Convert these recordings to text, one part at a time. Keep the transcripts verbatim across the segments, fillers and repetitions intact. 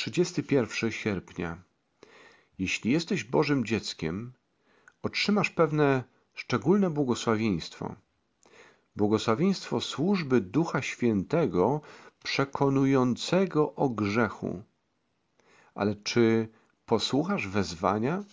trzydziestego pierwszego sierpnia. Jeśli jesteś Bożym dzieckiem, otrzymasz pewne szczególne błogosławieństwo. Błogosławieństwo służby Ducha Świętego przekonującego o grzechu. Ale czy posłuchasz wezwania?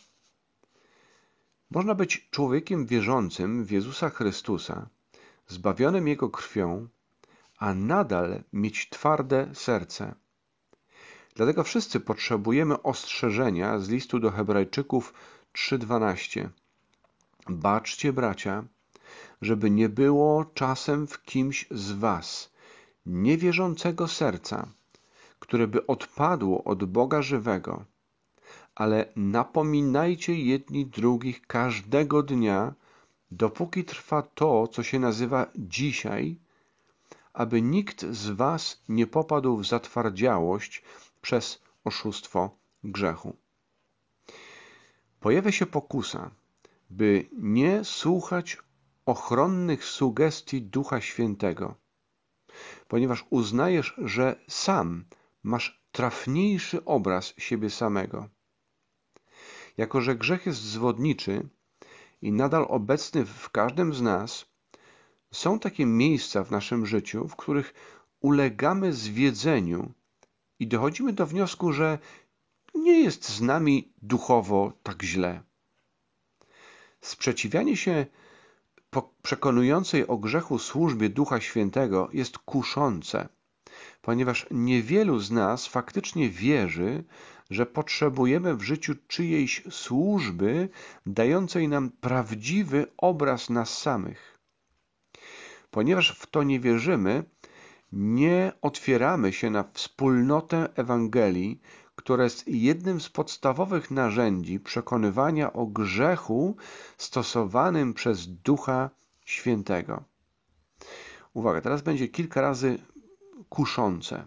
Można być człowiekiem wierzącym w Jezusa Chrystusa, zbawionym Jego krwią, a nadal mieć twarde serce. Dlatego wszyscy potrzebujemy ostrzeżenia z listu do Hebrajczyków trzy dwanaście. Baczcie, bracia, żeby nie było czasem w kimś z was niewierzącego serca, które by odpadło od Boga żywego, ale napominajcie jedni drugich każdego dnia, dopóki trwa to, co się nazywa dzisiaj, aby nikt z was nie popadł w zatwardziałość przez oszustwo grzechu. Pojawia się pokusa, by nie słuchać ochronnych sugestii Ducha Świętego, ponieważ uznajesz, że sam masz trafniejszy obraz siebie samego. Jako że grzech jest zwodniczy i nadal obecny w każdym z nas, są takie miejsca w naszym życiu, w których ulegamy zwiedzeniu i dochodzimy do wniosku, że nie jest z nami duchowo tak źle. Sprzeciwianie się przekonującej o grzechu służbie Ducha Świętego jest kuszące, ponieważ niewielu z nas faktycznie wierzy, że potrzebujemy w życiu czyjejś służby dającej nam prawdziwy obraz nas samych. Ponieważ w to nie wierzymy, nie otwieramy się na wspólnotę Ewangelii, która jest jednym z podstawowych narzędzi przekonywania o grzechu stosowanym przez Ducha Świętego. Uwaga, teraz będzie kilka razy kuszące.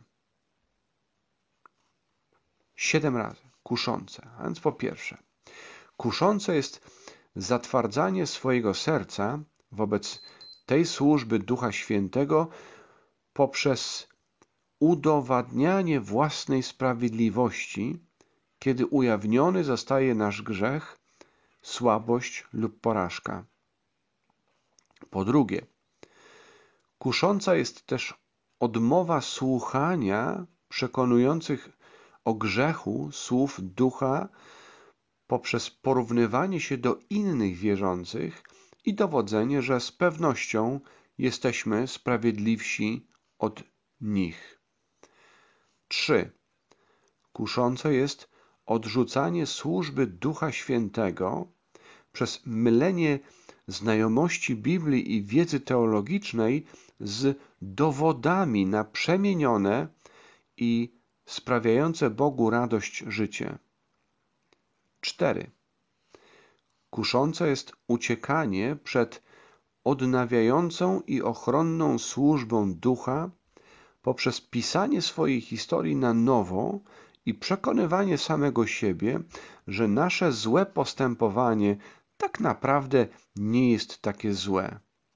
Siedem razy kuszące. A więc po pierwsze, kuszące jest zatwardzanie swojego serca wobec tej służby Ducha Świętego poprzez udowadnianie własnej sprawiedliwości, kiedy ujawniony zostaje nasz grzech, słabość lub porażka. Po drugie, kusząca jest też odmowa słuchania przekonujących o grzechu słów Ducha poprzez porównywanie się do innych wierzących i dowodzenie, że z pewnością jesteśmy sprawiedliwsi od nich. trzy. Kuszące jest odrzucanie służby Ducha Świętego przez mylenie znajomości Biblii i wiedzy teologicznej z dowodami na przemienione i sprawiające Bogu radość życie. cztery. Kuszące jest uciekanie przed odnawiającą i ochronną służbą Ducha poprzez pisanie swojej historii na nowo i przekonywanie samego siebie, że nasze złe postępowanie tak naprawdę nie jest takie złe.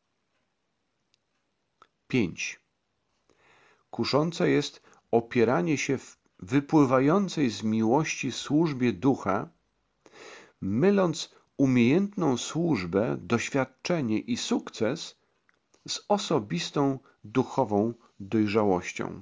pięć. Kuszące jest opieranie się w wypływającej z miłości służbie Ducha, myląc umiejętną służbę, doświadczenie i sukces z osobistą duchową dojrzałością.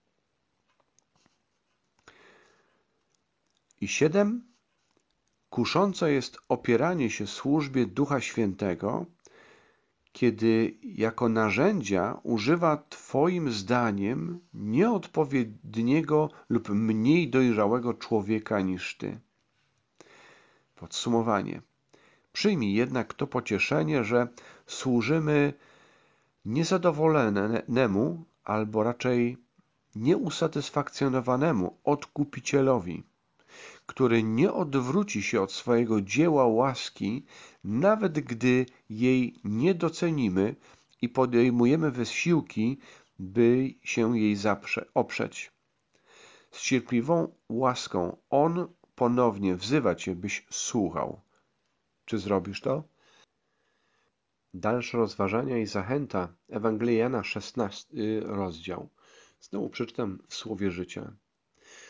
I siedem. Kuszące jest opieranie się służbie Ducha Świętego, kiedy jako narzędzia używa Twoim zdaniem nieodpowiedniego lub mniej dojrzałego człowieka niż Ty. Podsumowanie. Przyjmij jednak to pocieszenie, że służymy niezadowolonemu, albo raczej nieusatysfakcjonowanemu Odkupicielowi, który nie odwróci się od swojego dzieła łaski, nawet gdy jej nie docenimy i podejmujemy wysiłki, by się jej zaprze- oprzeć. Z cierpliwą łaską On ponownie wzywa Cię, byś słuchał. Czy zrobisz to? Dalsze rozważania i zachęta. Ewangelia Jana, szesnasty rozdział. Znowu przeczytam w Słowie Życia.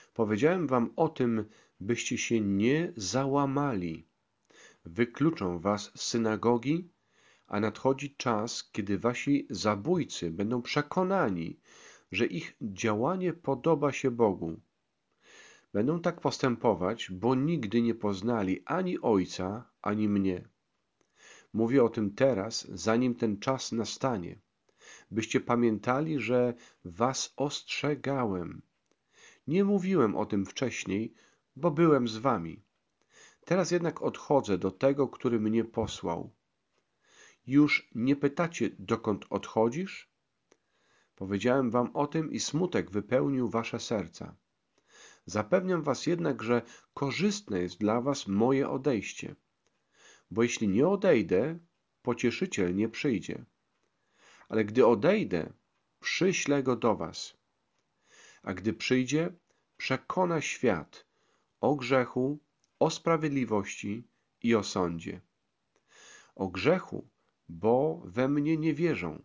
Powiedziałem wam o tym, byście się nie załamali. Wykluczą was z synagogi, a nadchodzi czas, kiedy wasi zabójcy będą przekonani, że ich działanie podoba się Bogu. Będą tak postępować, bo nigdy nie poznali ani Ojca, ani mnie. Mówię o tym teraz, zanim ten czas nastanie, byście pamiętali, że was ostrzegałem. Nie mówiłem o tym wcześniej, bo byłem z wami. Teraz jednak odchodzę do tego, który mnie posłał. Już nie pytacie, dokąd odchodzisz? Powiedziałem wam o tym i smutek wypełnił wasze serca. Zapewniam was jednak, że korzystne jest dla was moje odejście. Bo jeśli nie odejdę, pocieszyciel nie przyjdzie. Ale gdy odejdę, przyślę go do was. A gdy przyjdzie, przekona świat o grzechu, o sprawiedliwości i o sądzie. O grzechu, bo we mnie nie wierzą.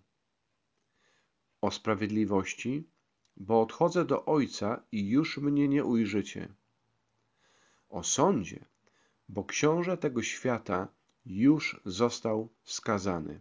O sprawiedliwości, bo odchodzę do Ojca i już mnie nie ujrzycie. O sądzie, bo książę tego świata już został skazany.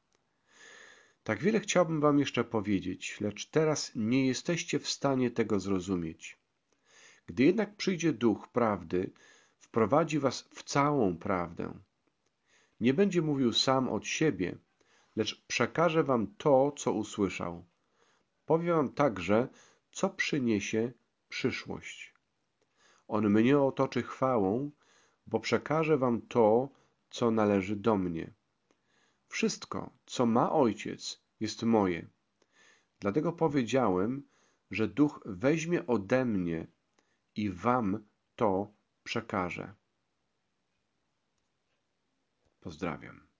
Tak wiele chciałbym wam jeszcze powiedzieć, lecz teraz nie jesteście w stanie tego zrozumieć. Gdy jednak przyjdzie Duch Prawdy, wprowadzi was w całą prawdę. Nie będzie mówił sam od siebie, lecz przekaże wam to, co usłyszał. Powie wam także, co przyniesie przyszłość. On mnie otoczy chwałą, bo przekaże wam to, co należy do mnie. Wszystko, co ma Ojciec, jest moje. Dlatego powiedziałem, że Duch weźmie ode mnie i wam to przekaże. Pozdrawiam.